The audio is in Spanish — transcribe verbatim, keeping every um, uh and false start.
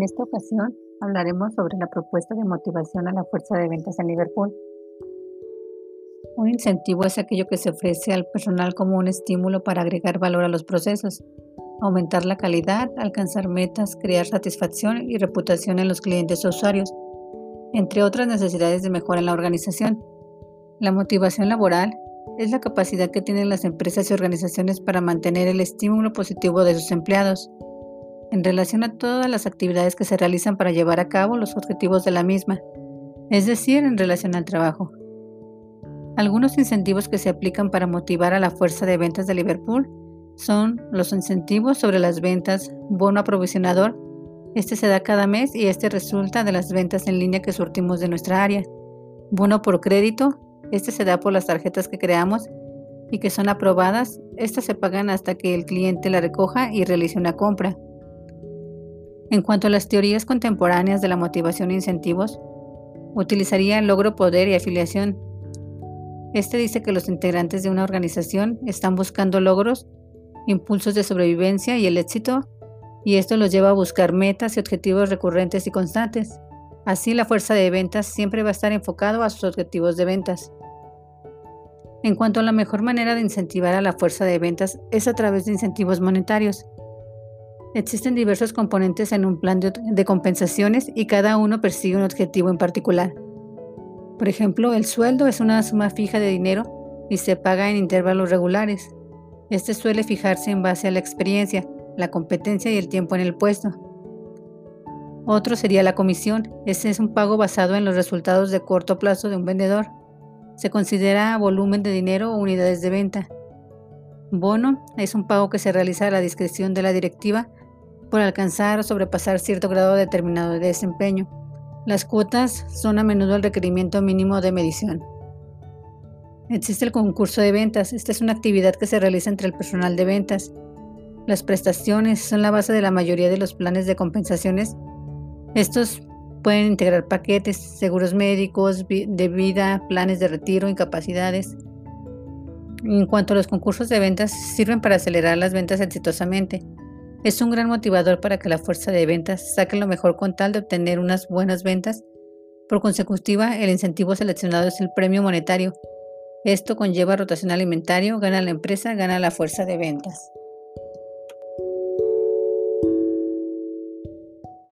En esta ocasión hablaremos sobre la propuesta de motivación a la fuerza de ventas en Liverpool. Un incentivo es aquello que se ofrece al personal como un estímulo para agregar valor a los procesos, aumentar la calidad, alcanzar metas, crear satisfacción y reputación en los clientes o usuarios, entre otras necesidades de mejora en la organización. La motivación laboral es la capacidad que tienen las empresas y organizaciones para mantener el estímulo positivo de sus empleados en relación a todas las actividades que se realizan para llevar a cabo los objetivos de la misma, es decir, en relación al trabajo. Algunos incentivos que se aplican para motivar a la fuerza de ventas de Liverpool son los incentivos sobre las ventas, bono aprovisionador. Este se da cada mes y este resulta de las ventas en línea que surtimos de nuestra área. Bono por crédito. Este se da por las tarjetas que creamos y que son aprobadas. Estas se pagan hasta que el cliente la recoja y realice una compra. En cuanto a las teorías contemporáneas de la motivación e incentivos, utilizaría logro, poder y afiliación. Este dice que los integrantes de una organización están buscando logros, impulsos de sobrevivencia y el éxito, y esto los lleva a buscar metas y objetivos recurrentes y constantes. Así, la fuerza de ventas siempre va a estar enfocado a sus objetivos de ventas. En cuanto a la mejor manera de incentivar a la fuerza de ventas es a través de incentivos monetarios. Existen diversos componentes en un plan de, de compensaciones y cada uno persigue un objetivo en particular. Por ejemplo, el sueldo es una suma fija de dinero y se paga en intervalos regulares. Este suele fijarse en base a la experiencia, la competencia y el tiempo en el puesto. Otro sería la comisión. Este es un pago basado en los resultados de corto plazo de un vendedor. Se considera volumen de dinero o unidades de venta. Bono es un pago que se realiza a la discreción de la directiva por alcanzar o sobrepasar cierto grado determinado de desempeño. Las cuotas son a menudo el requerimiento mínimo de medición. Existe el concurso de ventas. Esta es una actividad que se realiza entre el personal de ventas. Las prestaciones son la base de la mayoría de los planes de compensaciones. Estos pueden integrar paquetes, seguros médicos, de vida, planes de retiro, incapacidades. En cuanto a los concursos de ventas, sirven para acelerar las ventas exitosamente. Es un gran motivador para que la fuerza de ventas saque lo mejor con tal de obtener unas buenas ventas. Por consecutiva, el incentivo seleccionado es el premio monetario. Esto conlleva rotación alimentario, gana la empresa, gana la fuerza de ventas.